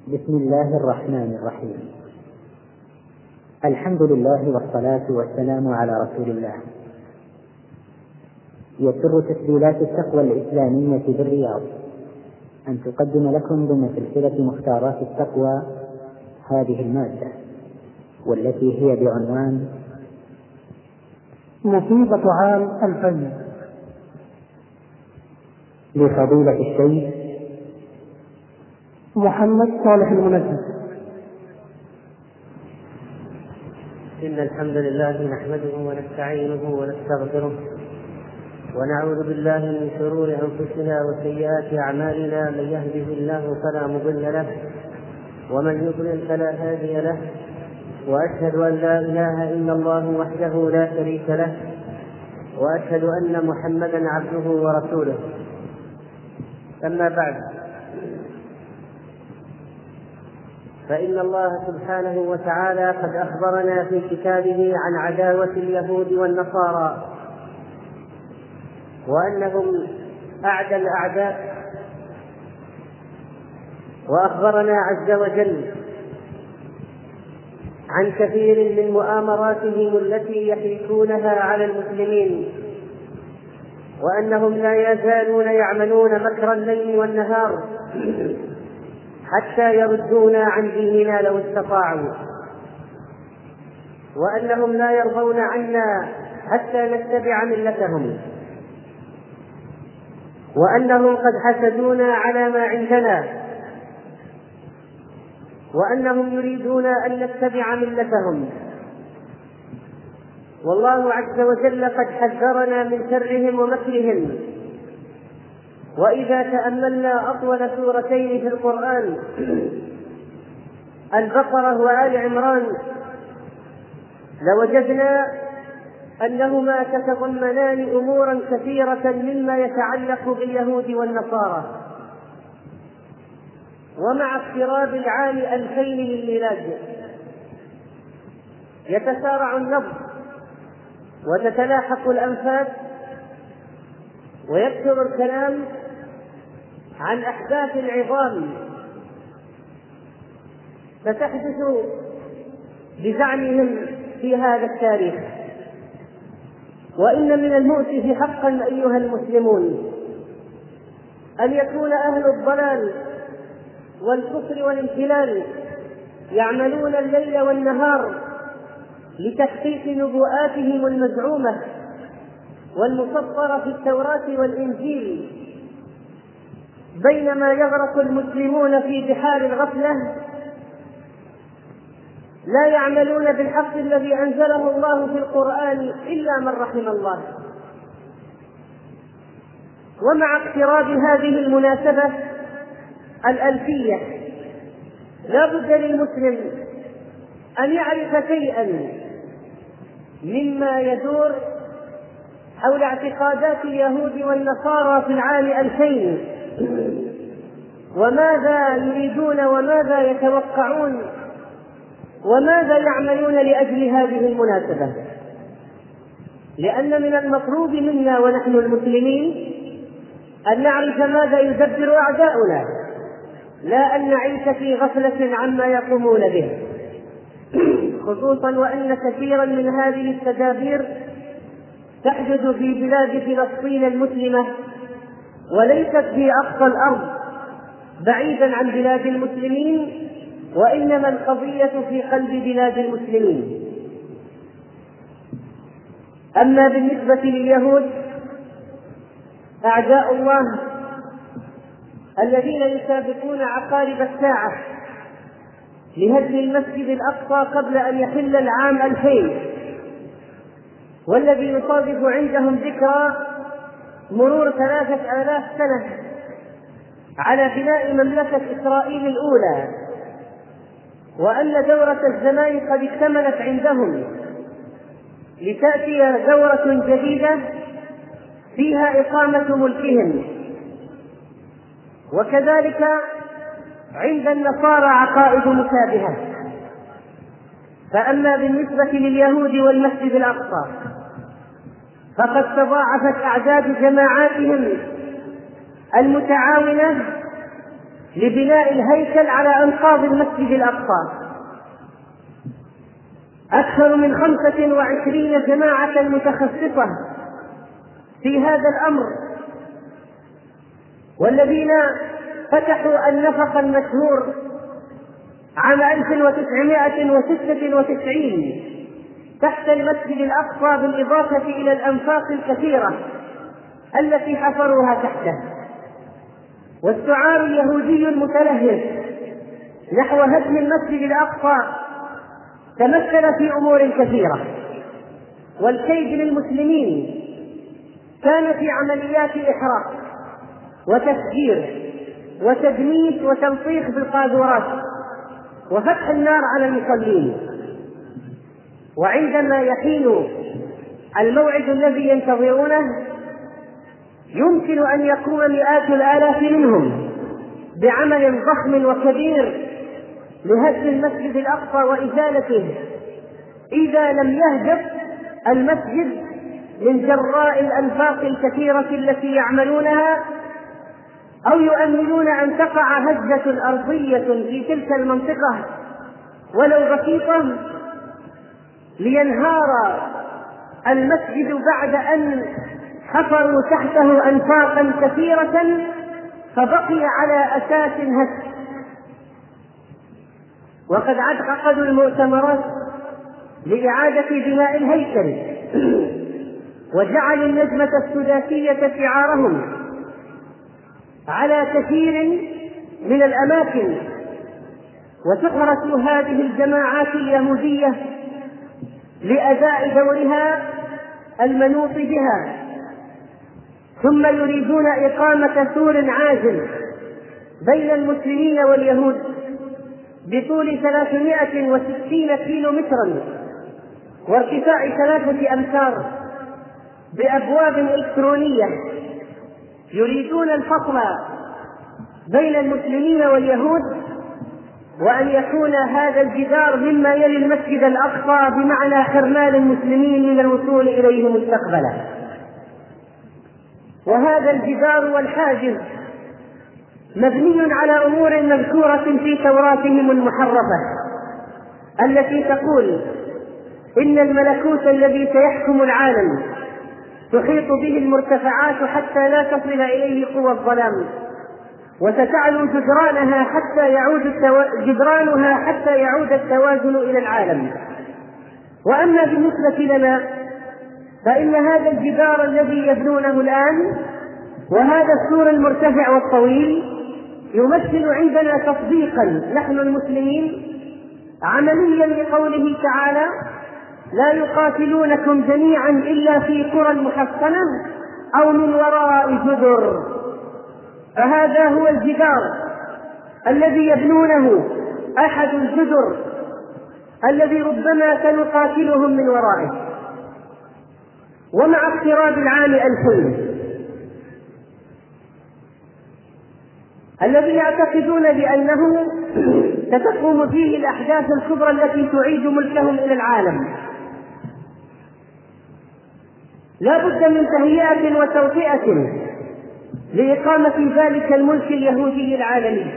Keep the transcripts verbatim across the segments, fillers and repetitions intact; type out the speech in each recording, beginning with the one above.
بسم الله الرحمن الرحيم. الحمد لله والصلاة والسلام على رسول الله. يسر تسجيلات التقوى الإسلامية بالرياض أن تقدم لكم ضمن سلسلة مختارات التقوى هذه المادة، والتي هي بعنوان مصيبة عام ألفين، لفضيلة الشيخ محمد صالح المنجم. إن الحمد لله نحمده ونستعينه ونستغفره ونعوذ بالله من شرور أنفسنا وسيئات أعمالنا. من يهده الله فلا مضل له ومن يضلل فلا هادي له، وأشهد أن لا إله إلا الله وحده لا شريك له، وأشهد أن محمدا عبده ورسوله. أما بعد، فإن الله سبحانه وتعالى قد أخبرنا في كتابه عن عداوة اليهود والنصارى، وأنهم أعدى الأعداء، وأخبرنا عز وجل عن كثير من مؤامراتهم التي يحيكونها على المسلمين، وأنهم لا يزالون يعملون مكر الليل والنهار حتى يردونا عن ديننا لو استطاعوا، وأنهم لا يرضون عنا حتى نتبع ملتهم، وأنهم قد حسدونا على ما عندنا، وأنهم يريدون أن نتبع ملتهم. والله عز وجل قد حذرنا من شرهم ومكرهم. وإذا تأملنا أطول سورتين في القرآن، البقرة وآل عمران، لوجدنا أنهما تتضمنان أمورا كثيرة مما يتعلق باليهود والنصارى. ومع اقتراب العام ألفين للميلاد يتسارع النبض وتتلاحق الأنفاس ويكثر الكلام عن أحداث العظام ستحدث بزعمهم في هذا التاريخ. وإن من المؤسف حقا أيها المسلمون أن يكون أهل الضلال والكفر والانحلال يعملون الليل والنهار لتحقيق نبوءاتهم المزعومة والمسطرة في التوراة والإنجيل، بينما يغرق المسلمون في بحار الغفلة لا يعملون بالحق الذي أنزله الله في القرآن إلا من رحم الله. ومع اقتراب هذه المناسبة الألفية لا بد للمسلم أن يعرف شيئا مما يدور حول اعتقادات اليهود والنصارى في العام ألفين، وماذا يريدون وماذا يتوقعون وماذا يعملون لأجل هذه المناسبة. لأن من المطلوب منا ونحن المسلمين أن نعرف ماذا يدبر أعداؤنا، لا أن نعيش في غفلة عما يقومون به، خصوصا وأن كثيرا من هذه التدابير تحدث في بلاد فلسطين المسلمة، وليست في أقصى الأرض بعيدا عن بلاد المسلمين، وإنما القضية في قلب بلاد المسلمين. أما بالنسبة لليهود أعداء الله الذين يسابقون عقارب الساعة لهدم المسجد الأقصى قبل أن يحل العام ألفين، والذي يصادف عندهم ذكرى مرور ثلاثة آلاف سنة على بناء مملكة إسرائيل الأولى، وأن دورة الزمان قد اكتملت عندهم لتأتي دورة جديدة فيها إقامة ملكهم. وكذلك عند النصارى عقائد مشابهة. فأما بالنسبة لليهود والمسجد الأقصى فقد تضاعفت أعداد جماعاتهم المتعاونة لبناء الهيكل على أنقاض المسجد الأقصى. أكثر من خمسة وعشرين جماعة متخصصة في هذا الأمر، والذين فتحوا النفق المشهور عام ألف وتسعمائة وستة وتسعين تحت المسجد الأقصى، بالإضافة إلى الأنفاق الكثيرة التي حفروها تحته. والسعار اليهودي المتلهف نحو هدم المسجد الأقصى تمثل في أمور كثيرة، والكيد للمسلمين كان في عمليات إحراق وتفجير وتدميس وتلطيخ بالقاذورات وفتح النار على المصلين. وعندما يحين الموعد الذي ينتظرونه يمكن أن يقوم مئات الآلاف منهم بعمل ضخم وكبير لهدم المسجد الأقصى وإزالته، إذا لم يهدف المسجد من جراء الأنفاق الكثيرة التي يعملونها، أو يؤملون أن تقع هزة أرضية في تلك المنطقة ولو بسيطة لينهار المسجد بعد أن حفروا تحته أنفاقا كثيرة فبقي على أساس هش. وقد عقدوا المؤتمرات لإعادة بناء الهيكل وجعلوا النجمة السداسية شعارهم على كثير من الأماكن، وتحرس هذه الجماعات اليهودية لأداء دورها المنوط بها، ثم يريدون إقامة سور عازل بين المسلمين واليهود بطول ثلاثمائة وستين كيلو مترا وارتفاع ثلاثة أمتار بأبواب إلكترونية. يريدون الفصل بين المسلمين واليهود، وأن يكون هذا الجدار مما يلي المسجد الأقصى، بمعنى حرمان المسلمين من الوصول إليه مستقبلا. وهذا الجدار والحاجز مبني على أمور مذكورة في توراتهم المحرفة التي تقول إن الملكوت الذي سيحكم العالم تحيط به المرتفعات حتى لا تصل إليه قوى الظلام، وستعلو جدرانها حتى يعود التو... جدرانها حتى يعود التوازن إلى العالم. وأما بالنسبة لنا فإن هذا الجدار الذي يبنونه الآن وهذا السور المرتفع والطويل يمثل عندنا تصديقا نحن المسلمين عمليا لقوله تعالى: لا يقاتلونكم جميعا إلا في قرى محصنة أو من وراء جدر. فهذا هو الجدار الذي يبنونه، أحد الجدر الذي ربما سنقاتلهم من ورائه. ومع اقتراب العام ألفين الذي يعتقدون بأنه ستقوم فيه الأحداث الكبرى التي تعيد ملكهم إلى العالم، لا بد من تهيئة وتوطئة لإقامة ذلك الملك اليهودي العالمي.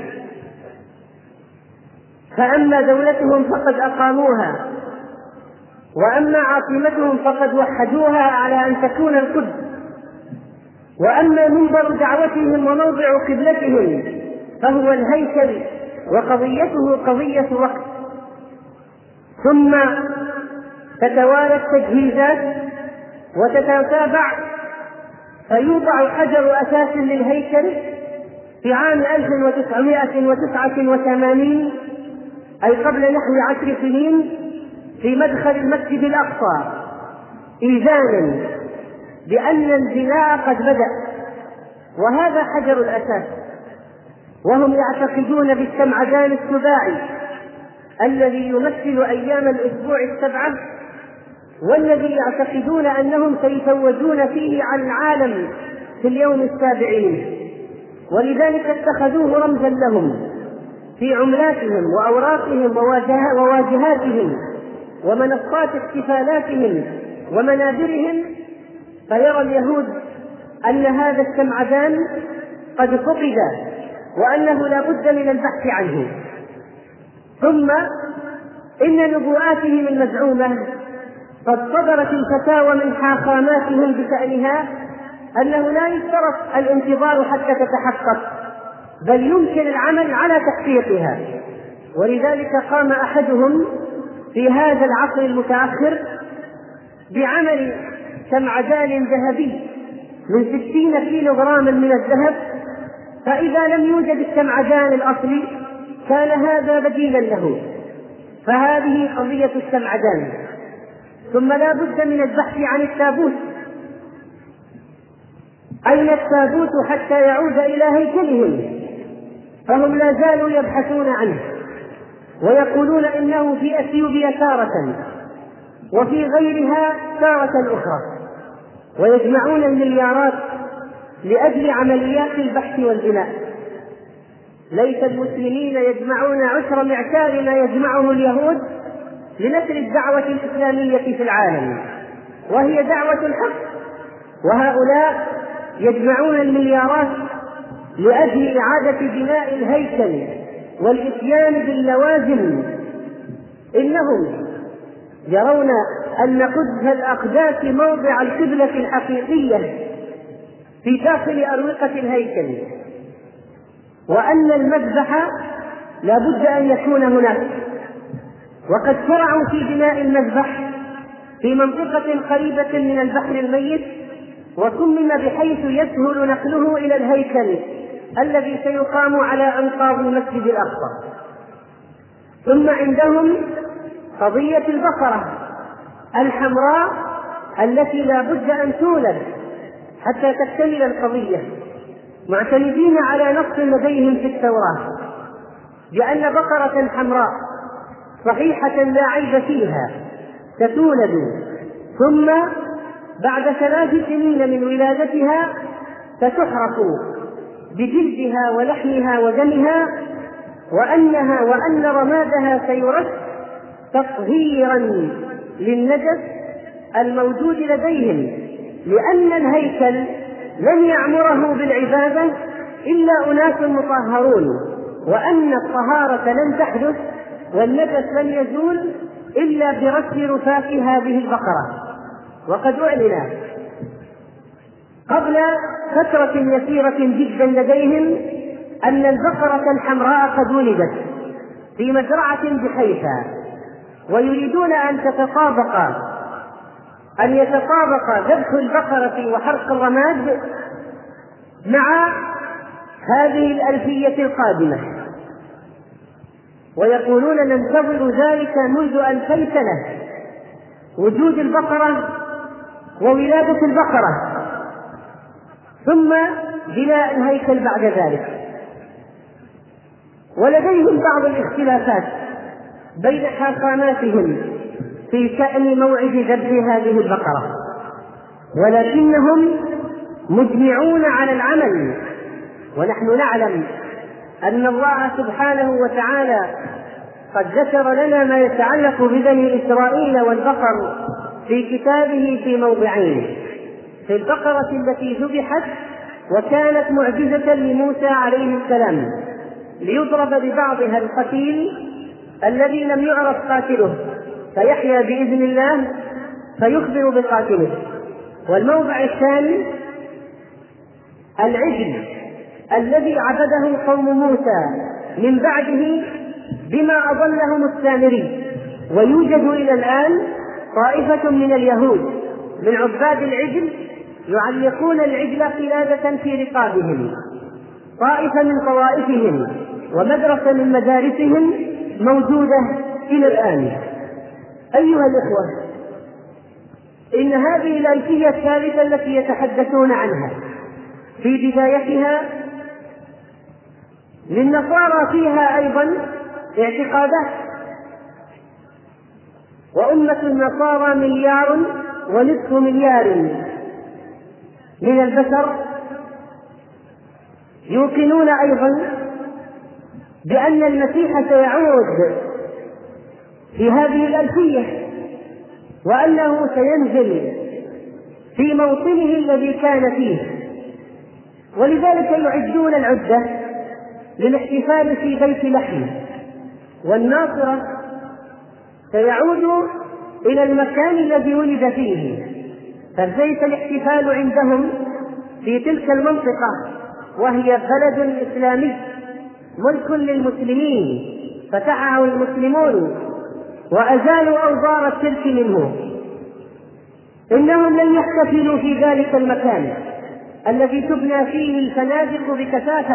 فأما دولتهم فقد أقاموها، وأما عاصمتهم فقد وحدوها على أن تكون القدس، وأما منبر دعوتهم وموضع قبلتهم فهو الهيكل، وقضيته قضية وقت. ثم تتوالى التجهيزات وتتتابع، فيوضع حجر أساس للهيكل في عام ألف وتسعمائة وتسعة وثمانين، أي قبل نحو عشر سنين، في مدخل المسجد الأقصى، إيذانا بأن البناء قد بدأ. وهذا حجر الأساس، وهم يعتقدون بالسمعدان السباعي الذي يمثل أيام الأسبوع السبعة، والذي يعتقدون أنهم سيتوجون فيه عن العالم في اليوم السابعين، ولذلك اتخذوه رمزا لهم في عملاتهم وأوراقهم وواجهاتهم ومنصات احتفالاتهم ومنابرهم. فيرى اليهود أن هذا السمعدان قد فقد وأنه لا بد من البحث عنه. ثم إن نبوءاتهم المزعومة قد صدرت الفتاوى من حاخاماتهم بشأنها أنه لا يشترط الانتظار حتى تتحقق، بل يمكن العمل على تحقيقها. ولذلك قام أحدهم في هذا العصر المتأخر بعمل سمعدان ذهبي من ستين كيلو غراما من الذهب، فإذا لم يوجد السمعدان الأصلي كان هذا بديلا له. فهذه قضية السمعدان. ثم لا بد من البحث عن التابوت. أين التابوت حتى يعود إلى هيكلهم؟ فهم لا زالوا يبحثون عنه ويقولون إنه في أثيوبيا تارة وفي غيرها تارة أخرى، ويجمعون المليارات لأجل عمليات البحث والبناء. ليس المسلمين يجمعون عشر معشار ما يجمعه اليهود لنشر الدعوة الإسلامية في العالم، وهي دعوة الحق، وهؤلاء يجمعون المليارات لأجل إعادة بناء الهيكل والإتيان باللوازم. إنهم يرون أن قدس الأقداس موضع القبلة الحقيقية في داخل أروقة الهيكل، وأن المذبح لا بد أن يكون هناك. وقد شرعوا في بناء المذبح في منطقة قريبة من البحر الميت، وصمم بحيث يسهل نقله إلى الهيكل الذي سيقام على أنقاض المسجد الأقصى. ثم عندهم قضية البقرة الحمراء التي لا بد أن تولد حتى تكتمل القضية، معتمدين على نص لديهم في التوراة بأن بقرة حمراء صحيحة لا عيب فيها ستولد، ثم بعد ثلاث سنين من ولادتها ستحرق بجلدها ولحمها ودمها، وأنها وأن رمادها سيرش تطهيرا للنجس الموجود لديهم، لأن الهيكل لن يعمره بالعبادة إلا أناس مطهرون، وأن الطهارة لن تحدث والنجس لن يزول إلا برش رفاف هذه البقرة. وقد أعلن قبل فترة يسيرة جدا لديهم أن البقرة الحمراء قد ولدت في مزرعة بحيفا، ويريدون أن تتطابق أن يتطابق ذبح البقرة وحرق الرماد مع هذه الألفية القادمة، ويقولون ننتظر ذلك منذ ألفي سنة، وجود البقرة وولادة البقرة ثم بناء الهيكل بعد ذلك. ولديهم بعض الاختلافات بين حاخاماتهم في شأن موعد ذبح هذه البقرة، ولكنهم مجمعون على العمل. ونحن نعلم أن الله سبحانه وتعالى قد ذكر لنا ما يتعلق ببني إسرائيل والبقر في كتابه في موضعين: في البقرة التي ذبحت وكانت معجزة لموسى عليه السلام ليضرب ببعضها القتيل الذي لم يعرف قاتله فيحيا بإذن الله فيخبر بقاتله. والموضع الثاني العجل الذي عبده قوم موسى من بعده بما أضلهم السامري، ويوجد إلى الآن طائفة من اليهود من عباد العجل يعلقون العجل قلادة في رقابهم، طائفة من طوائفهم ومدرسة من مدارسهم موجودة إلى الآن. أيها الإخوة، إن هذه الألفية الثالثة التي يتحدثون عنها في بدايتها للنصارى فيها أيضا اعتقادات، وأمة النصارى مليار ونصف مليار من البشر يوقنون أيضا بأن المسيح سيعود في هذه الألفية، وأنه سينزل في موطنه الذي كان فيه، ولذلك يعدون العدة للاحتفال في بيت لحم، والناصرة سيعود إلى المكان الذي ولد فيه، فليس الاحتفال عندهم في تلك المنطقة وهي بلد إسلامي ملك للمسلمين فتحه المسلمون وأزالوا أوضار الشرك منه. إنهم لن يحتفلوا في ذلك المكان الذي تبنى فيه الفنادق بكثافة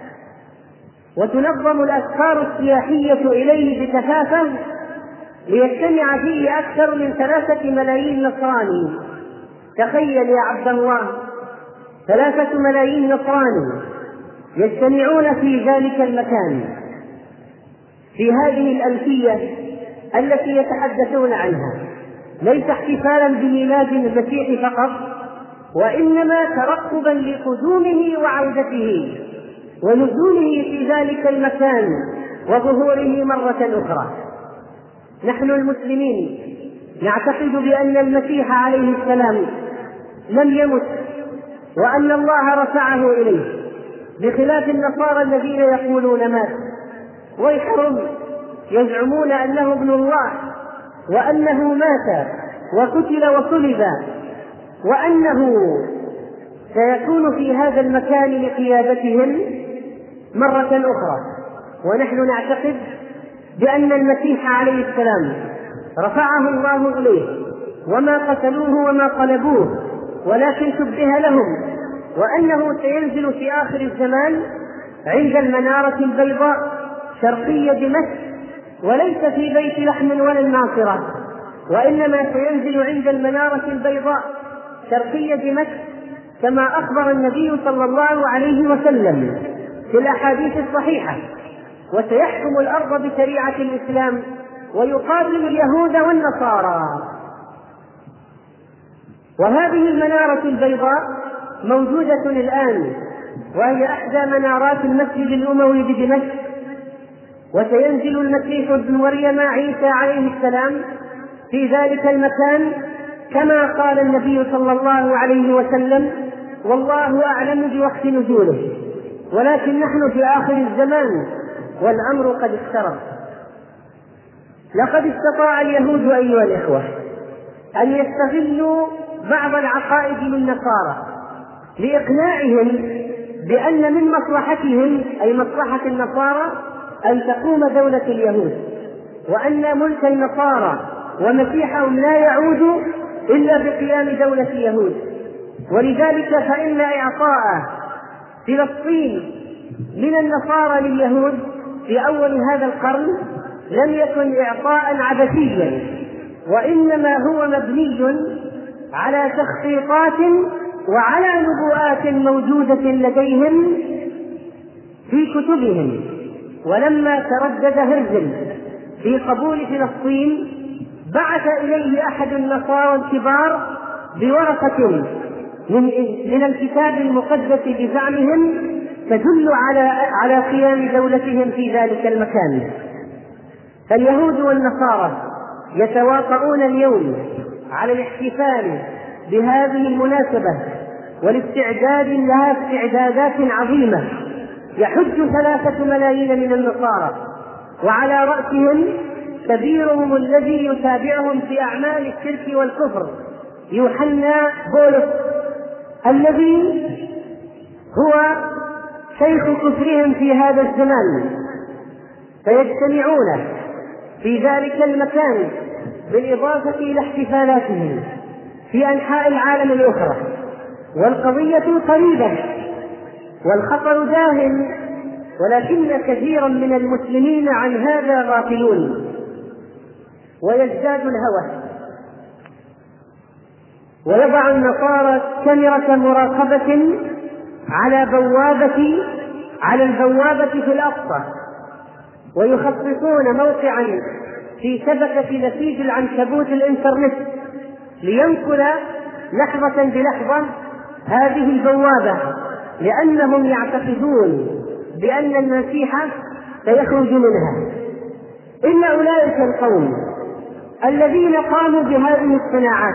وتنظم الأسفار السياحية إليه بكثافة ليجتمع فيه أكثر من ثلاثة ملايين نصراني. تخيل يا عبد الله، ثلاثة ملايين نصراني يجتمعون في ذلك المكان في هذه الألفية التي يتحدثون عنها، ليس احتفالا بميلاد المسيح فقط، وإنما ترقبا لقدومه وعودته ونزوله في ذلك المكان وظهوره مرة أخرى. نحن المسلمين نعتقد بأن المسيح عليه السلام لم يمت وأن الله رفعه إليه، بخلاف النصارى الذين يقولون مات، ويحرم يزعمون أنه ابن الله وأنه مات وقتل وصلب وأنه سيكون في هذا المكان لقيادتهم مرة أخرى. ونحن نعتقد بأن المسيح عليه السلام رفعه الله إليه وما قتلوه وما قلبوه، ولكن شبه لهم، وأنه سينزل في آخر الزمان عند المنارة البيضاء شرقية دمشق، وليس في بيت لحم ولا الناصرة، وإنما سينزل عند المنارة البيضاء شرقية دمشق كما أخبر النبي صلى الله عليه وسلم في الأحاديث الصحيحة، وسيحكم الأرض بشريعة الإسلام ويقاتل اليهود والنصارى. وهذه المنارة البيضاء موجودة الآن، وهي أحدى منارات المسجد الأموي بدمشق، وسينزل المسيح ابن مريم عيسى عليه السلام في ذلك المكان كما قال النبي صلى الله عليه وسلم: والله أعلم بوقت نزوله، ولكن نحن في آخر الزمان والأمر قد اقترب. لقد استطاع اليهود أيها الإخوة أن يستغلوا بعض العقائد للنصارى لإقناعهم بأن من مصلحتهم، أي مصلحة النصارى، أن تقوم دولة اليهود، وأن ملك النصارى ومسيحهم لا يعود إلا بقيام دولة اليهود. ولذلك فإن إعطاء فلسطين من النصارى لليهود في أول هذا القرن لم يكن إعطاء عبثيا، وإنما هو مبني على تخطيطات وعلى نبوءات موجودة لديهم في كتبهم. ولما تردد هرزل في قبول فلسطين بعث إليه أحد النصارى الكبار بورقة من, من الكتاب المقدس بزعمهم تدل على, على قيام دولتهم في ذلك المكان. فاليهود والنصارى يتواطؤون اليوم على الاحتفال بهذه المناسبة والاستعداد لها استعدادات عظيمة. يحج ثلاثة ملايين من النصارى، وعلى رأسهم كبيرهم الذي يتابعهم في أعمال الشرك والكفر يوحنا بولس، الذي هو شيخ كفرهم في هذا الزمان. فيجتمعون في ذلك المكان بالإضافة إلى احتفالاتهم في أنحاء العالم الأخرى، والقضية قريبة والخطر داهم، ولكن كثيرا من المسلمين عن هذا غافلون. ويزداد الهوى، ويضع النصارى كاميرا مراقبة على بوابة على البوابة في الأقصى، ويخصصون موقعا في شبكة نسيج العنكبوت الإنترنت لينقل لحظة بلحظة هذه البوابة، لأنهم يعتقدون بأن المسيح سيخرج منها. إن أولئك القوم الذين قاموا بهذه الصناعات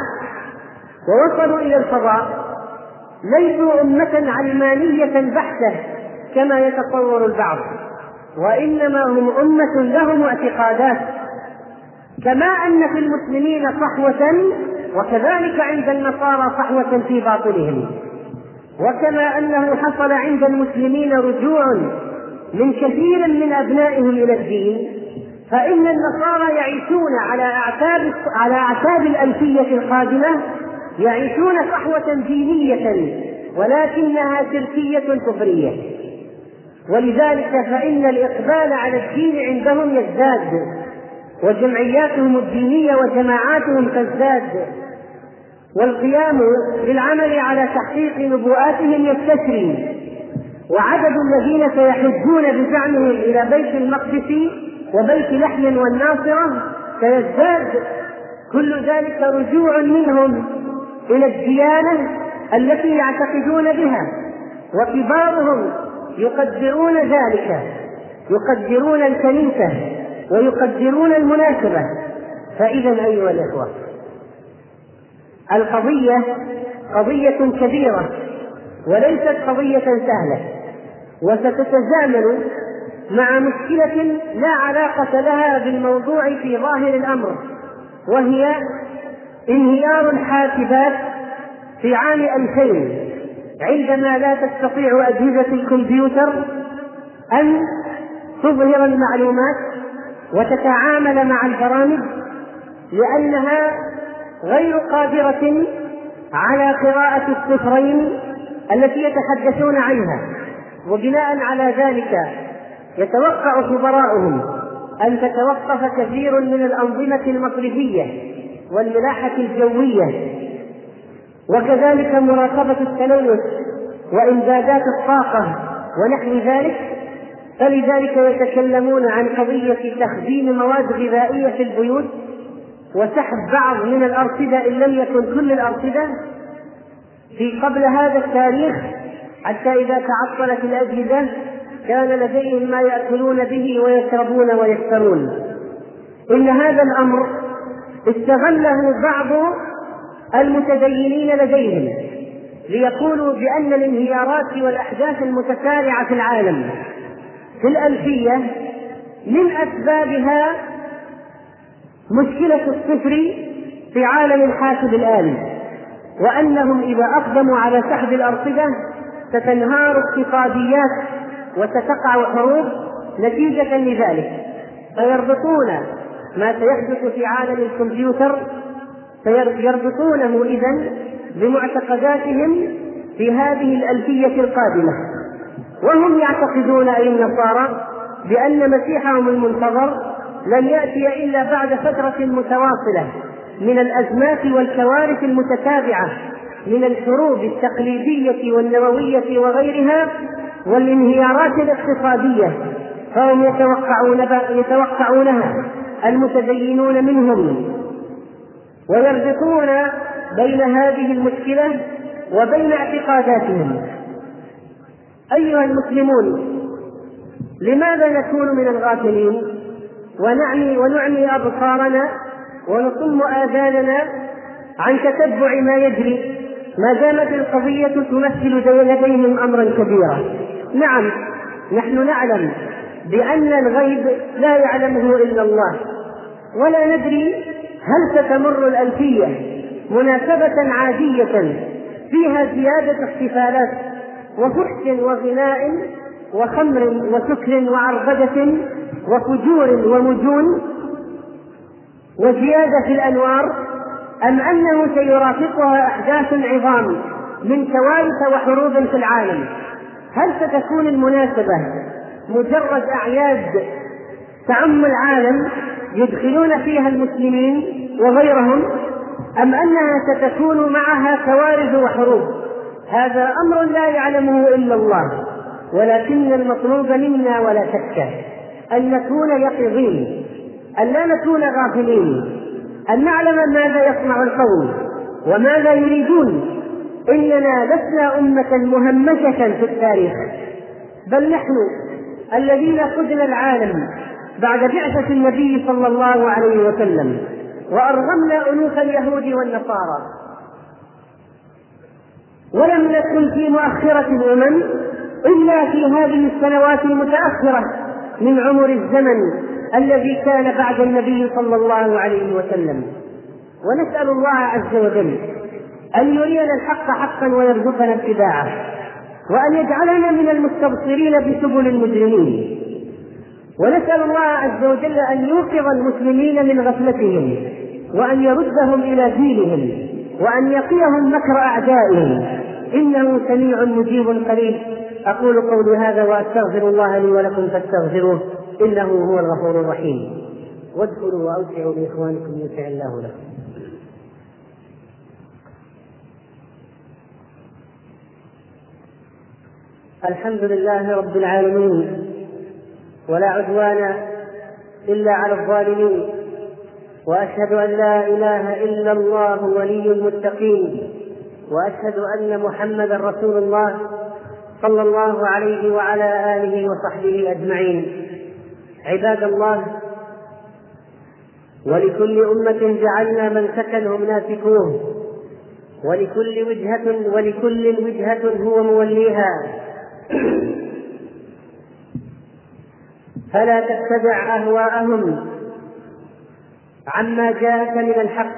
ووصلوا إلى الفضاء ليسوا أمة علمانية بحتة كما يتصور البعض، وإنما هم أمة لهم اعتقادات، كما أن في المسلمين صحوة وكذلك عند النصارى صحوة في باطلهم، وكما أنه حصل عند المسلمين رجوع من كثير من أبنائهم إلى الدين، فإن النصارى يعيشون على أعتاب على أعتاب الألفية القادمة، يعيشون صحوة دينية ولكنها شركية كفرية، ولذلك فإن الإقبال على الدين عندهم يزداد، وجمعياتهم الدينية وجماعاتهم تزداد، والقيام بالعمل على تحقيق نبوءاتهم يستشري، وعدد الذين سيحجون بزعمهم إلى بيت المقدس وبيت لحم والناصرة سيزداد. كل ذلك رجوع منهم إلى الديانة التي يعتقدون بها، وكبارهم يقدرون ذلك، يقدرون الكنيسة ويقدرون المناسبة. فإذا أيها الإخوة، القضية قضية كبيرة وليست قضية سهلة، وستتزامن مع مشكلة لا علاقة لها بالموضوع في ظاهر الأمر، وهي انهيار الحاسبات في عام ألفين، عندما لا تستطيع أجهزة الكمبيوتر أن تظهر المعلومات وتتعامل مع البرامج، لأنها غير قادرة على قراءة الشفرين التي يتحدثون عنها. وبناء على ذلك يتوقع خبراؤهم أن تتوقف كثير من الأنظمة المصرفية والملاحة الجوية، وكذلك مراقبة التلوث وإمدادات الطاقة ونحو ذلك. فلذلك يتكلمون عن قضية تخزين مواد غذائية في البيوت وسحب بعض من الأرصدة إن لم يكن كل الأرصدة في قبل هذا التاريخ، حتى إذا تعطلت الأجهزة كان لديهم ما يأكلون به ويشربون ويشترون. إن هذا الأمر استغله بعض المتدينين لديهم ليقولوا بأن الانهيارات والأحداث المتسارعة في العالم في الألفية من أسبابها مشكلة الصفر في عالم الحاسب الآلي، وأنهم إذا أقدموا على سحب الأرصدة ستنهار اقتصاديات وستقع حروب نتيجة لذلك. فيربطون ما سيحدث في عالم الكمبيوتر فيربطونه إذن بمعتقداتهم في هذه الألفية القادمة، وهم يعتقدون أي النصارى بأن مسيحهم المنتظر لن يأتي إلا بعد فترة متواصلة من الأزمات والكوارث المتتابعة من الحروب التقليدية والنووية وغيرها والانهيارات الاقتصادية، فهم يتوقعون يتوقعونها المتدينون منهم، ويربطون بين هذه المشكلة وبين اعتقاداتهم. أيها المسلمون، لماذا نكون من الغافلين ونعمي ونعمي أبصارنا ونصم آذاننا عن تتبع ما يجري ما دامت القضية تمثل لديهم أمرا كبيرا؟ نعم، نحن نعلم بأن الغيب لا يعلمه إلا الله، ولا ندري هل ستمر الألفية مناسبة عادية فيها زيادة احتفالات وفحش وغناء وخمر وسكر وعربدة وفجور ومجون وزيادة في الأنوار، أم أنه سيرافقها أحداث عظام من كوارث وحروب في العالم؟ هل ستكون المناسبة مجرد أعياد تعم العالم يدخلون فيها المسلمين وغيرهم، أم أنها ستكون معها كوارث وحروب؟ هذا أمر لا يعلمه إلا الله، ولكن المطلوب منا ولا شك أن نكون يقظين، أن لا نكون غافلين، أن نعلم ماذا يصنع القوم وماذا يريدون. إننا لسنا أمة مهمشة في التاريخ، بل نحن الذين قدنا العالم بعد بعثة النبي صلى الله عليه وسلم وأرغمنا أنوف اليهود والنصارى، ولم نكن في مؤخرة الأمم إلا في هذه السنوات المتأخرة من عمر الزمن الذي كان بعد النبي صلى الله عليه وسلم. ونسأل الله عز وجل أن يرينا الحق حقا ويرزقنا اتباعه، وأن يجعلنا من المستبصرين بسبل المجرمين. ونسأل الله عز وجل أن يوقظ المسلمين من غفلتهم، وأن يردهم إلى دينهم، وأن يقيهم مكر أعدائهم، إنه سميع مجيب قريب. أقول قولي هذا وأستغفر الله لي ولكم فاستغفروه إنه هو الغفور الرحيم. وادخلوا وأوسعوا لإخوانكم يوسع الله لكم. الحمد لله رب العالمين، ولا عدوان إلا على الظالمين، وأشهد أن لا إله إلا الله ولي المتقين، وأشهد أن محمدا رسول الله صلى الله عليه وعلى آله وصحبه أجمعين. عباد الله، ولكل أمة جعلنا منسكا هم ناسكوه، ولكل وجهة ولكل وجهة هو موليها، فلا تتبع أهواءهم عما جاءك من الحق.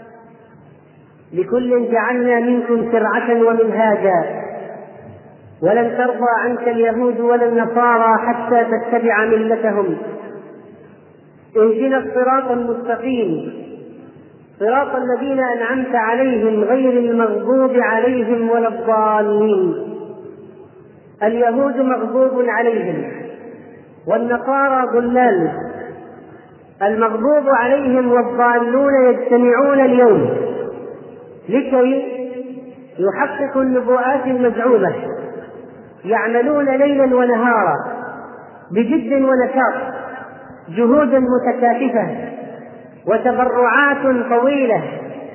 لكل جعلنا منكم شرعة ومنهاجا، ولن ترضى عنك اليهود ولا النصارى حتى تتبع ملتهم. اهدنا الصراط المستقيم، صراط الذين أنعمت عليهم غير المغضوب عليهم ولا الضالين. اليهود مغضوب عليهم، والنصارى ضلال. المغضوب عليهم والضالون يجتمعون اليوم لكي يحققوا النبوءات المزعومة، يعملون ليلا ونهارا بجد ونشاط، جهودا متكاتفة وتبرعات طويلة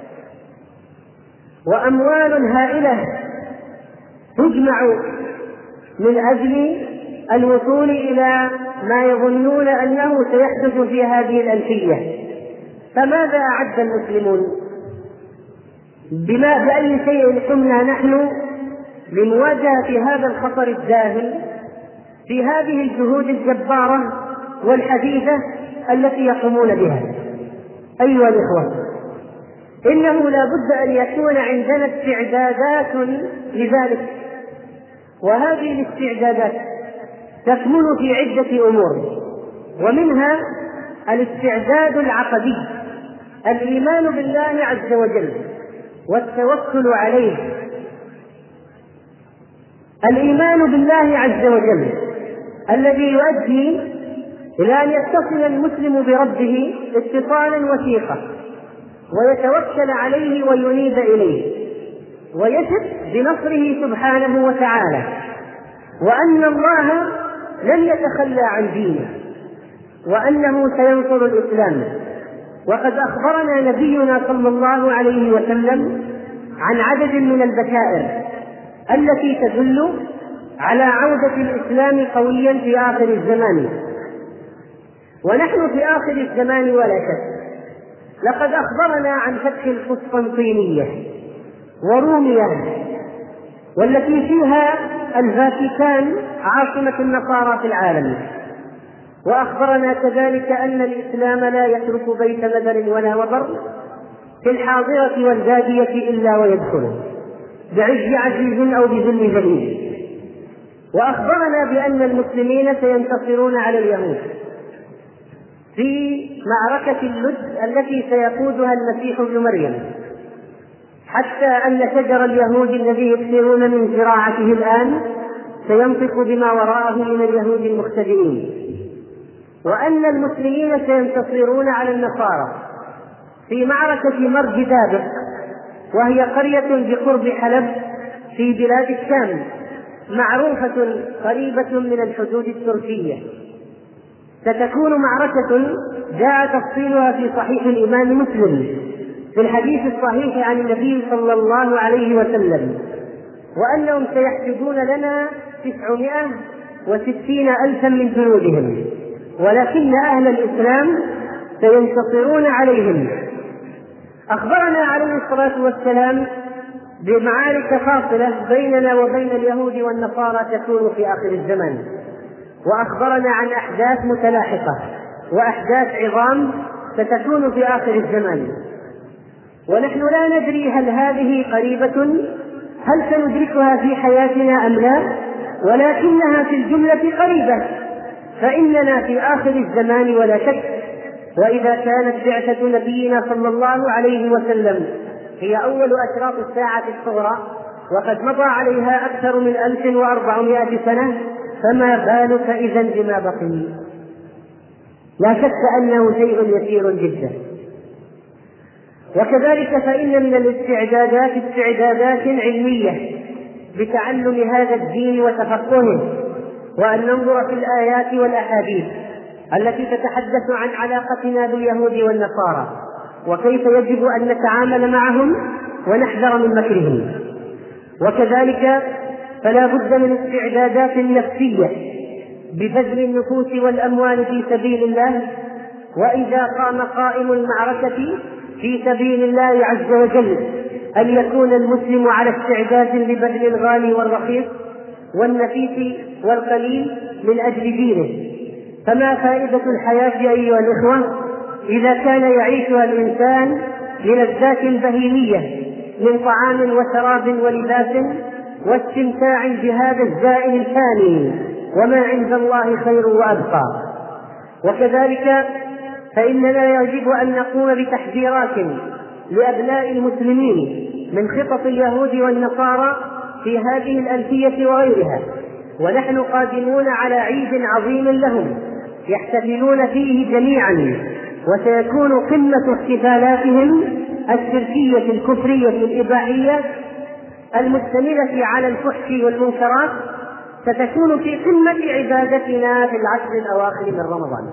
وأموال هائلة تجمع من أجل الوصول إلى ما يظنون أنه سيحدث في هذه الألفية. فماذا أعد المسلمون؟ بما بأي شيء قمنا نحن لمواجهة هذا الخطر الداهل في هذه الجهود الجبارة والحديثة التي يقومون بها؟ أيها الإخوة، إنه لا بد أن يكون عندنا استعدادات لذلك، وهذه الاستعدادات تكمن في عدة أمور، ومنها الاستعداد العقدي، الإيمان بالله عز وجل والتوكل عليه. الإيمان بالله عز وجل الذي يؤدي إلى أن يتصل المسلم بربه اتصالا وثيقا، ويتوكل عليه وينيب إليه، ويثق بنصره سبحانه وتعالى، وأن الله لن يتخلى عن دينه، وأنه سينصر الإسلام. وقد أخبرنا نبينا صلى الله عليه وسلم عن عدد من البشائر التي تدل على عودة الإسلام قويا في آخر الزمان، ونحن في آخر الزمان ولا شك. لقد أخبرنا عن فتح القسطنطينية وروميا، والتي فيها الفاتيكان عاصمة النصارى في العالم. وأخبرنا كذلك أن الإسلام لا يترك بيت مدر ولا وبر في الحاضرة والبادية إلا ويدخله بعز عزيز أو بذل ذليل. وأخبرنا بأن المسلمين سينتصرون على اليهود في معركة اللد التي سيقودها المسيح ابن مريم، حتى أن شجر اليهود الذي يكثرون من زراعته الآن سينطق بما وراءه من اليهود المختبئين. وأن المسلمين سينتصرون على النصارى في معركة مرج دابق، وهي قرية بقرب حلب في بلاد الشام، معروفة قريبة من الحدود التركية. ستكون معركة جاء تفصيلها في صحيح الإمام مسلم في الحديث الصحيح عن النبي صلى الله عليه وسلم، وأنهم سيحشدون لنا تسعمائة وستين ألفا من جنودهم، ولكن أهل الإسلام سينتصرون عليهم. أخبرنا عليه الصلاة والسلام بمعارك فاصلة بيننا وبين اليهود والنصارى تكون في آخر الزمن، وأخبرنا عن أحداث متلاحقة وأحداث عظام ستكون في آخر الزمن، ونحن لا ندري هل هذه قريبة، هل سندركها في حياتنا أم لا، ولكنها في الجملة قريبة، فإننا في آخر الزمان ولا شك. وإذا كانت بعثة نبينا صلى الله عليه وسلم هي أول أشراط الساعة الصغرى وقد مضى عليها أكثر من ألف وأربعمائة سنة، فما بالك إذن بما بقي؟ لا شك أنه شيء يسير جدا. وكذلك فإن من الاستعدادات استعدادات علمية بتعلم هذا الدين وتفقهه، وأن ننظر في الآيات والأحاديث التي تتحدث عن علاقتنا باليهود والنصارى وكيف يجب أن نتعامل معهم ونحذر من مكرهم. وكذلك فلا بد من استعدادات نفسية ببذل النفوس والأموال في سبيل الله، وإذا قام قائم المعركة في سبيل الله عز وجل أن يكون المسلم على استعداد لبذل الغالي والرخيص والنفيس والقليل من أجل دينه. فما فائدة الحياة أيها الإخوة إذا كان يعيشها الإنسان للذات بهيمية من طعام وشراب ولباس واستمتاع بهذا الزائل الفاني، وما عند الله خير وأبقى. وكذلك فإننا يجب أن نقوم بتحذيرات لأبناء المسلمين من خطط اليهود والنصارى في هذه الألفية وغيرها، ونحن قادمون على عيد عظيم لهم يحتفلون فيه جميعا، وسيكون قمة احتفالاتهم الشركية الكفرية الإباحية المشتملة على الفحش والمنكرات ستكون في قمة عبادتنا في العشر الأواخر من رمضان.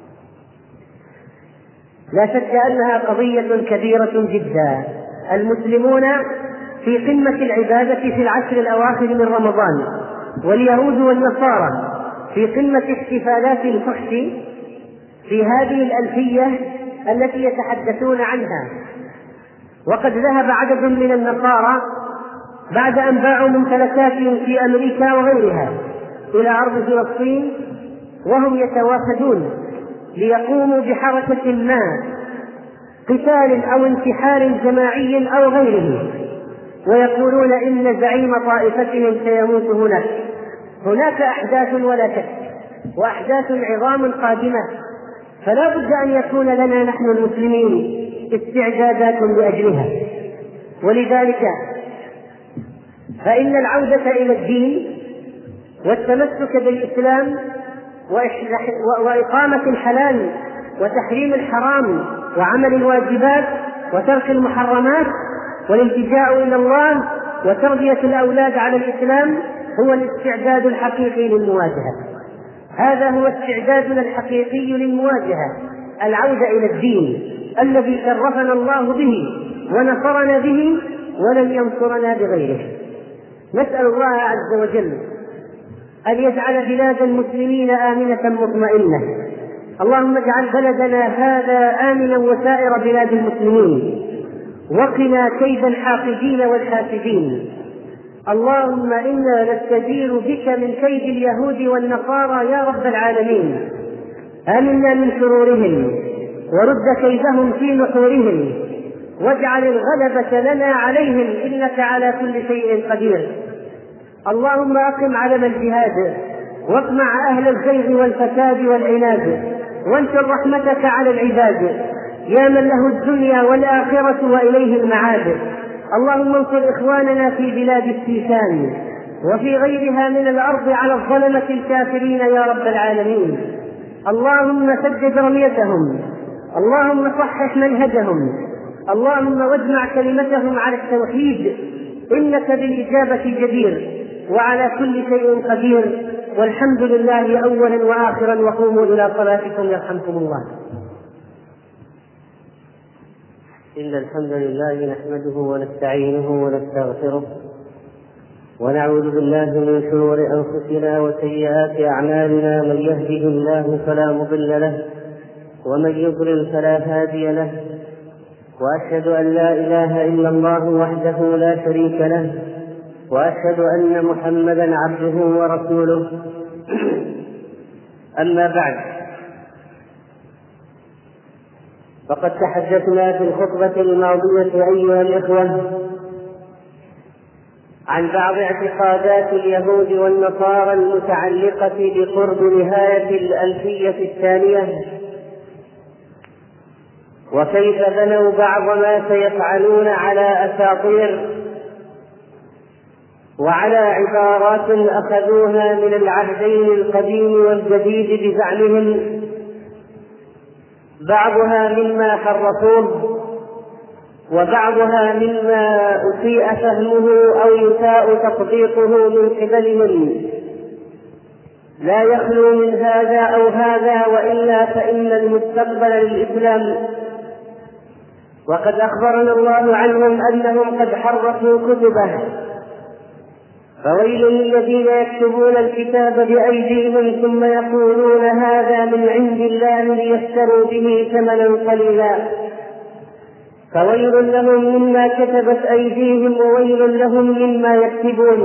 لا شك أنها قضية كبيرة جدا. المسلمون في قمة العبادة في العشر الأواخر من رمضان، واليهود والنصارى في قمة احتفالات الفحش في هذه الألفية التي يتحدثون عنها. وقد ذهب عدد من النصارى بعد أن باعوا ممتلكاتهم في أمريكا وغيرها إلى أرض فلسطين وهم يتوافدون ليقوموا بحركة ما، قتال أو انتحار جماعي أو غيره، ويقولون إن زعيم طائفتهم سيموت هناك. هناك أحداث ولا شك، وأحداث عظام قادمة، فلا بد أن يكون لنا نحن المسلمين استعدادات لأجلها. ولذلك فإن العودة إلى الدين والتمسك بالإسلام وإقامة الحلال وتحريم الحرام وعمل الواجبات وترك المحرمات والالتجاء إلى الله وتربية الأولاد على الإسلام هو الاستعداد الحقيقي للمواجهة. هذا هو استعدادنا الحقيقي للمواجهة، العودة إلى الدين الذي شرفنا الله به ونصرنا به ولن ينصرنا بغيره. نسأل الله عز وجل أن يجعل بلاد المسلمين آمنة مطمئنة. اللهم اجعل بلدنا هذا آمنا وسائر بلاد المسلمين، وقنا كيد الحاقدين والحاسدين. اللهم إنا نستجير بك من كيد اليهود والنصارى يا رب العالمين. آمنا من شرورهم ورد كيدهم في نحورهم، واجعل الغلبة لنا عليهم إنك على كل شيء قدير. اللهم أقم علم الجهاد واقمع أهل الزيغ والفساد والعناد، وانشر رحمتك على العباد يا من له الدنيا والآخرة وإليه المعاد. اللهم انصر إخواننا في بلاد السيشان وفي غيرها من الأرض على الظلمة الكافرين يا رب العالمين. اللهم سدد رميتهم، اللهم صحح منهجهم، اللهم واجمع كلمتهم على التوحيد، إنك بالإجابة جدير وعلى كل شيء قدير. والحمد لله أولا وآخرا، وقوموا إلى صلاتكم يرحمكم الله. إن الحمد لله نحمده ونستعينه ونستغفره ونعوذ بالله من شرور أنفسنا وسيئات أعمالنا. من يهده الله فلا مضل له ومن يضلل فلا هادي له، وأشهد أن لا إله إلا الله وحده لا شريك له، وأشهد أن محمدا عبده ورسوله. أما بعد، فقد تحدثنا في الخطبة الماضية أيها الإخوة عن بعض اعتقادات اليهود والنصارى المتعلقة بقرب نهاية الألفية الثانية، وكيف بنوا بعض ما سيفعلون على أساطير وعلى عبارات أخذوها من العهدين القديم والجديد بزعمهم، بعضها مما حرفوه وبعضها مما أسيء فهمه أو يساء تطبيقه من قبلهم، لا يخلو من هذا أو هذا، وإلا فإن المستقبل للإسلام. وقد أخبرنا الله عنهم أنهم قد حرفوا كتبه، فويل للذين يكتبون الكتاب بأيديهم ثم يقولون هذا من عند الله ليشتروا به ثمنا قليلا، فويل لهم مما كتبت أيديهم وويل لهم مما يكتبون.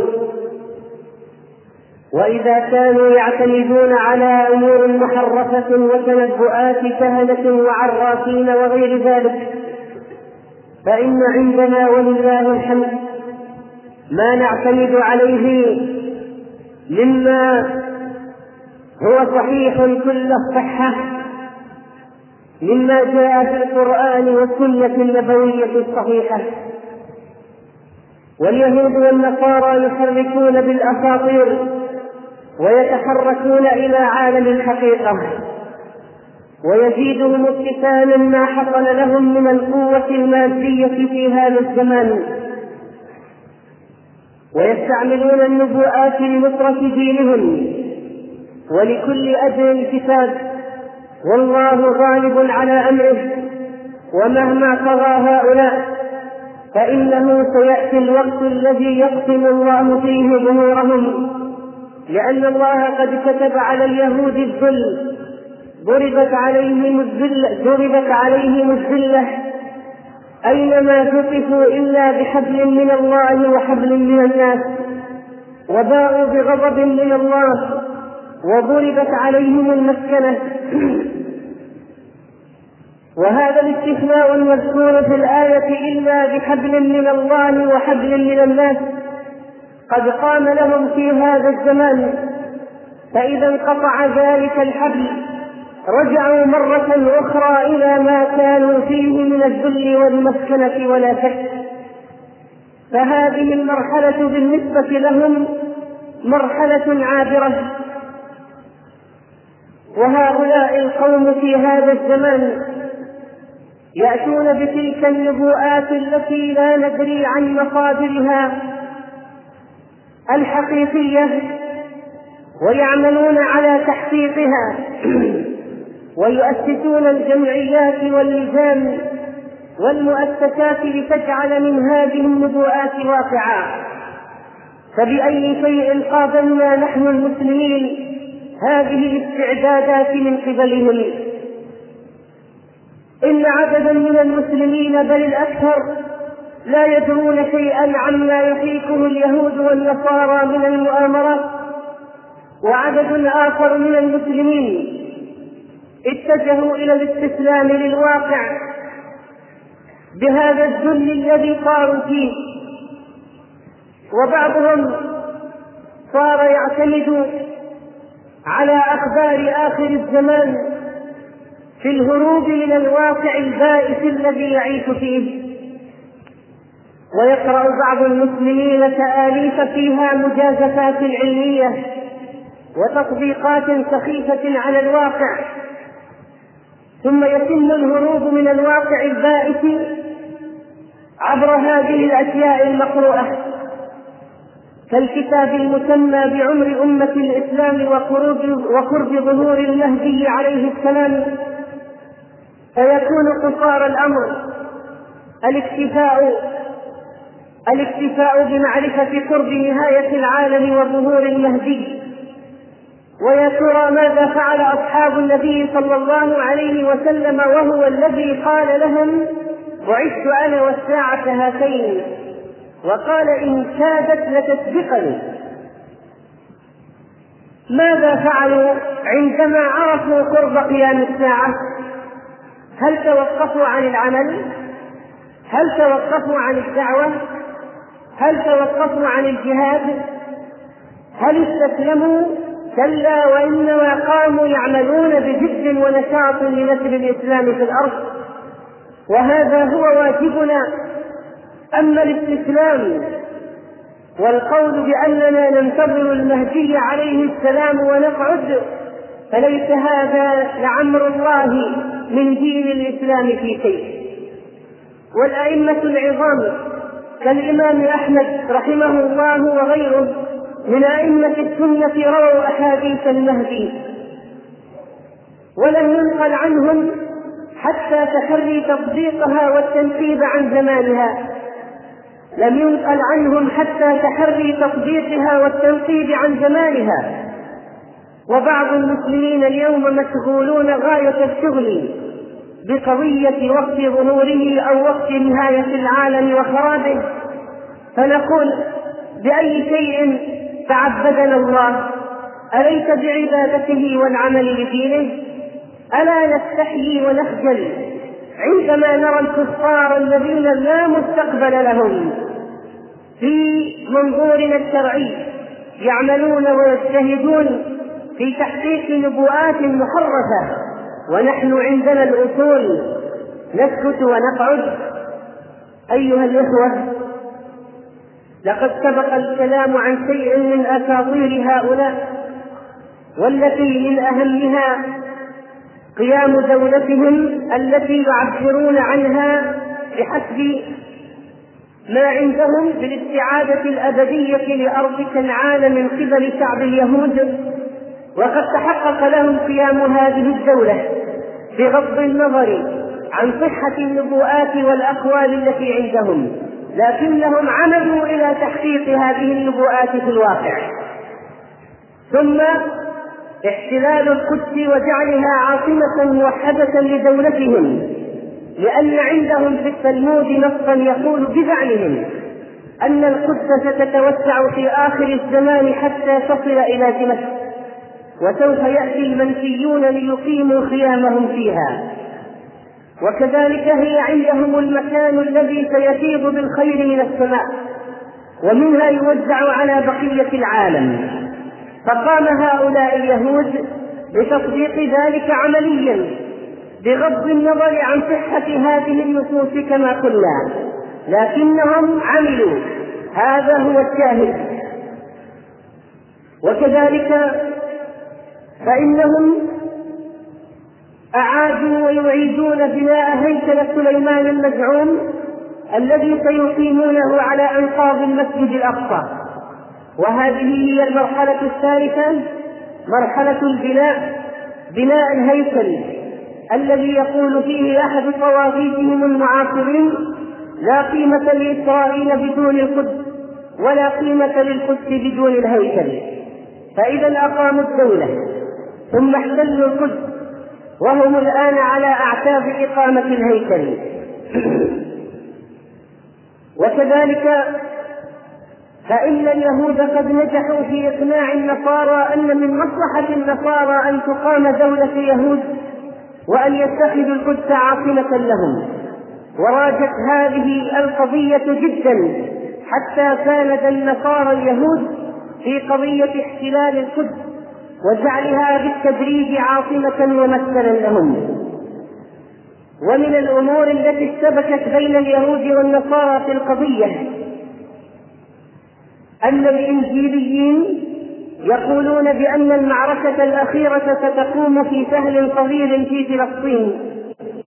وإذا كانوا يعتمدون على أمور محرفة وتنبؤات كهنة وعرافين وغير ذلك، فإن عندنا ولله الحمد ما نعتمد عليه مما هو صحيح كل الصحة مما جاء في القرآن والسنة النبوية الصحيحة. واليهود والنصارى يحركون بالأساطير ويتحركون إلى عالم الحقيقة، ويزيدهم اتسانا ما حصل لهم من القوة المادية في هذا الزمان، ويستعملون النبوءات لنصرة دينهم ولكل أجل الكتاب، والله غالب على أمره. ومهما طغى هؤلاء فإنه سيأتي الوقت الذي يقسم الله فيه ظهورهم، لأن الله قد كتب على اليهود الذل، ضربت عليهم الذلة ضربت عليهم الذلة أينما ثقفوا إلا بحبل من الله وحبل من الناس، وباءوا بغضب من الله وضربت عليهم المسكنة. وهذا الاستثناء المذكور في الآية إلا بحبل من الله وحبل من الناس قد قام لهم في هذا الزمان، فإذا انقطع ذلك الحبل رجعوا مرة أخرى إلى ما كانوا فيه من الذل والمسكنة ولا شك. فهذه المرحلة بالنسبة لهم مرحلة عابرة. وهؤلاء القوم في هذا الزمان يأتون بتلك النبوءات التي لا ندري عن مصادرها الحقيقية، ويعملون على تحقيقها، ويؤسسون الجمعيات واللجان والمؤسسات لتجعل من هذه النبوءات واقعا. فبأي شيء قابلنا نحن المسلمين هذه الاستعدادات من قبلهم؟ إن عددا من المسلمين بل الأكثر لا يدرون شيئا عما يحيكه اليهود والنصارى من المؤامرات، وعدد آخر من المسلمين اتجهوا إلى الاستسلام للواقع بهذا الذل الذي صاروا فيه. وبعضهم صار يعتمد على أخبار آخر الزمان في الهروب من الواقع البائس الذي يعيش فيه، ويقرأ بعض المسلمين تآليف فيها مجازفات علمية وتطبيقات سخيفة على الواقع، ثم يتم الهروب من الواقع البائس عبر هذه الأشياء المقروءة، كالكتاب المسمى بعمر أمة الإسلام وقرب ظهور المهدي عليه السلام. فيكون قصار الأمر الاكتفاء الاكتفاء بمعرفة قرب نهاية العالم وظهور المهدي. ويا ترى ماذا فعل أصحاب النبي صلى الله عليه وسلم وهو الذي قال لهم بعثت أنا والساعة هاتين، وقال إن كادت لتسبقني. ماذا فعلوا عندما عرفوا قرب قيام الساعة؟ هل توقفوا عن العمل؟ هل توقفوا عن الدعوة؟ هل توقفوا عن الجهاد؟ هل استسلموا؟ كلا، وإنما قاموا يعملون بجد ونشاط لنشر الإسلام في الأرض، وهذا هو واجبنا. أما الاستسلام والقول بأننا ننتظر المهدي عليه السلام ونقعد، فليس هذا لعمر الله من دين الإسلام في شيء. والأئمة العظام كالإمام أحمد رحمه الله وغيره من أئمة السنة رووا أحاديث المهدي، ولم ينقل عنهم حتى تحري تطبيقها والتنقيب عن زمانها، لم ينقل عنهم حتى تحري تطبيقها والتنقيب عن زمانها. وبعض المسلمين اليوم مشغولون غاية الشغل بقضية وقت ظهوره أو وقت نهاية العالم وخرابه، فنقول بأي شيء تعبدنا الله؟ أليس بعبادته والعمل لدينه؟ ألا نستحيي ونخجل عندما نرى الكفار الذين لا مستقبل لهم في منظورنا الشرعي يعملون ويجتهدون في تحقيق نبوءات محرفة، ونحن عندنا الأصول نسكت ونقعد؟ أيها الإخوة، لقد سبق الكلام عن شيء من أساطير هؤلاء، والتي من أهمها قيام دولتهم التي يعبرون عنها بحسب ما عندهم بالاستعادة الأبدية لأرض كنعان من قبل شعب اليهود. وقد تحقق لهم قيام هذه الدولة بغض النظر عن صحة النبوءات والأقوال التي عندهم، لكنهم عملوا إلى تحقيق هذه النبوءات في الواقع. ثم احتلال القدس وجعلها عاصمة موحدة لدولتهم، لأن عندهم في التلمود نصا يقول بزعمهم أن القدس ستتوسع في آخر الزمان حتى تصل إلى دمشق، وسوف يأتي المنسيون ليقيموا خيامهم فيها، وكذلك هي عندهم المكان الذي سيفيض بالخير من السماء ومنها يوزع على بقية العالم. فقام هؤلاء اليهود بتطبيق ذلك عمليا بغض النظر عن صحة هذه النصوص كما قلنا، لكنهم عملوا، هذا هو الشاهد. وكذلك فإنهم أعادوا ويعيدون بناء هيكل سليمان المزعوم الذي سيقيمونه على أنقاض المسجد الأقصى، وهذه هي المرحلة الثالثة، مرحلة البناء، بناء الهيكل الذي يقول فيه أحد طواغيتهم المعاصرين: لا قيمة لإسرائيل بدون القدس، ولا قيمة للقدس بدون الهيكل. فإذا أقاموا الدولة ثم احتلوا القدس، وهم الآن على أعتاب إقامة الهيكل. وكذلك فإن اليهود قد نجحوا في إقناع النصارى أن من مصلحة النصارى أن تقام دولة يهود وأن يتخذوا القدس عاصمة لهم، وراجت هذه القضية جدا حتى ساند النصارى اليهود في قضية احتلال القدس وجعلها بالتدريج عاصمة ومسكنا لهم. ومن الأمور التي اشتبكت بين اليهود والنصارى في القضية أن الإنجيليين يقولون بأن المعركة الأخيرة ستقوم في سهل صغير في فلسطين،